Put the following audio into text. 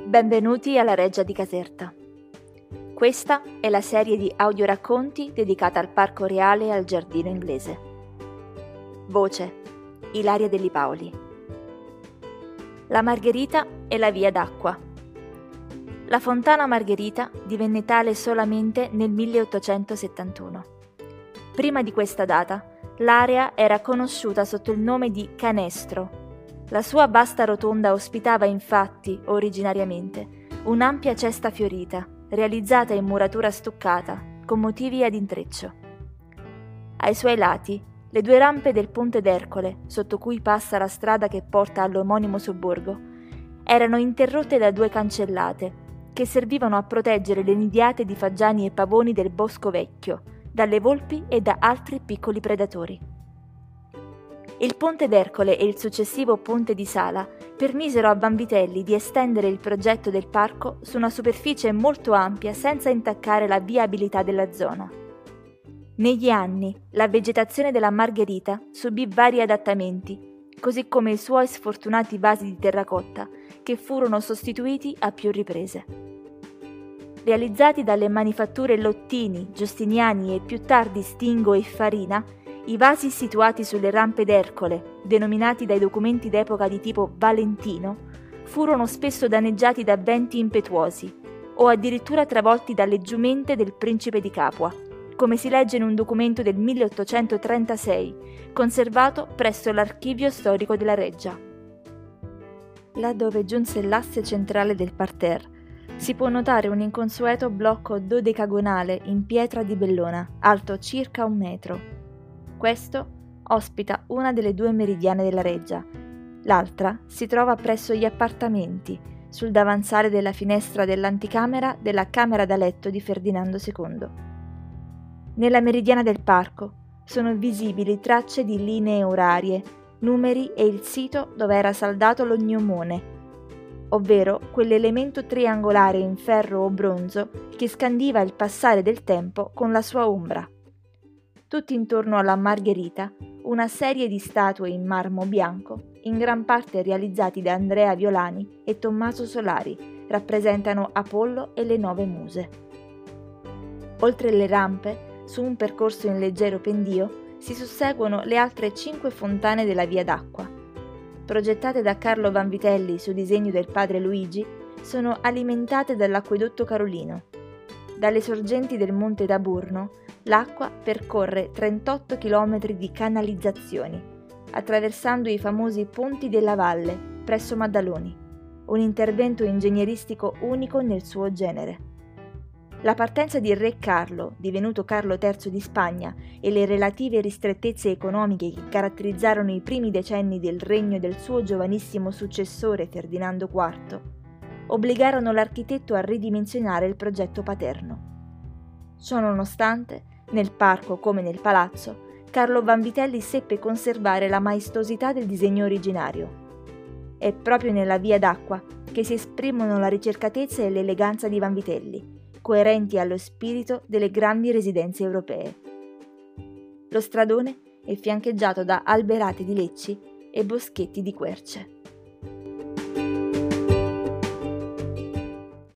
Benvenuti alla Reggia di Caserta. Questa è la serie di audioracconti dedicata al Parco Reale e al Giardino Inglese. Voce: Ilaria Delli Paoli. La Margherita e la via d'acqua. La fontana Margherita divenne tale solamente nel 1871. Prima di questa data, l'area era conosciuta sotto il nome di Canestro. La sua vasta rotonda ospitava infatti, originariamente, un'ampia cesta fiorita, realizzata in muratura stuccata, con motivi ad intreccio. Ai suoi lati, le due rampe del Ponte d'Ercole, sotto cui passa la strada che porta all'omonimo sobborgo, erano interrotte da due cancellate, che servivano a proteggere le nidiate di fagiani e pavoni del bosco vecchio, dalle volpi e da altri piccoli predatori. Il Ponte d'Ercole e il successivo Ponte di Sala permisero a Vanvitelli di estendere il progetto del parco su una superficie molto ampia senza intaccare la viabilità della zona. Negli anni, la vegetazione della Margherita subì vari adattamenti, così come i suoi sfortunati vasi di terracotta, che furono sostituiti a più riprese. Realizzati dalle manifatture Lottini, Giustiniani e più tardi Stingo e Farina, i vasi situati sulle rampe d'Ercole, denominati dai documenti d'epoca di tipo Valentino, furono spesso danneggiati da venti impetuosi o addirittura travolti dalle giumente del principe di Capua, come si legge in un documento del 1836, conservato presso l'Archivio Storico della Reggia. Là dove giunse l'asse centrale del parterre, si può notare un inconsueto blocco dodecagonale in pietra di Bellona, alto circa 1 metro. Questo ospita una delle due meridiane della Reggia, l'altra si trova presso gli appartamenti, sul davanzale della finestra dell'anticamera della camera da letto di Ferdinando II. Nella meridiana del parco sono visibili tracce di linee orarie, numeri e il sito dove era saldato l'ognomone, ovvero quell'elemento triangolare in ferro o bronzo che scandiva il passare del tempo con la sua ombra. Tutti intorno alla Margherita, una serie di statue in marmo bianco, in gran parte realizzati da Andrea Violani e Tommaso Solari, rappresentano Apollo e le 9 muse. Oltre le rampe, su un percorso in leggero pendio, si susseguono le altre 5 fontane della via d'acqua. Progettate da Carlo Vanvitelli su disegno del padre Luigi, sono alimentate dall'acquedotto Carolino. Dalle sorgenti del Monte d'Aburno, l'acqua percorre 38 km di canalizzazioni, attraversando i famosi ponti della valle, presso Maddaloni, un intervento ingegneristico unico nel suo genere. La partenza di Re Carlo, divenuto Carlo III di Spagna, e le relative ristrettezze economiche che caratterizzarono i primi decenni del regno del suo giovanissimo successore Ferdinando IV, obbligarono l'architetto a ridimensionare il progetto paterno. Ciononostante, nel parco come nel palazzo, Carlo Vanvitelli seppe conservare la maestosità del disegno originario. È proprio nella via d'acqua che si esprimono la ricercatezza e l'eleganza di Vanvitelli, coerenti allo spirito delle grandi residenze europee. Lo stradone è fiancheggiato da alberate di lecci e boschetti di querce.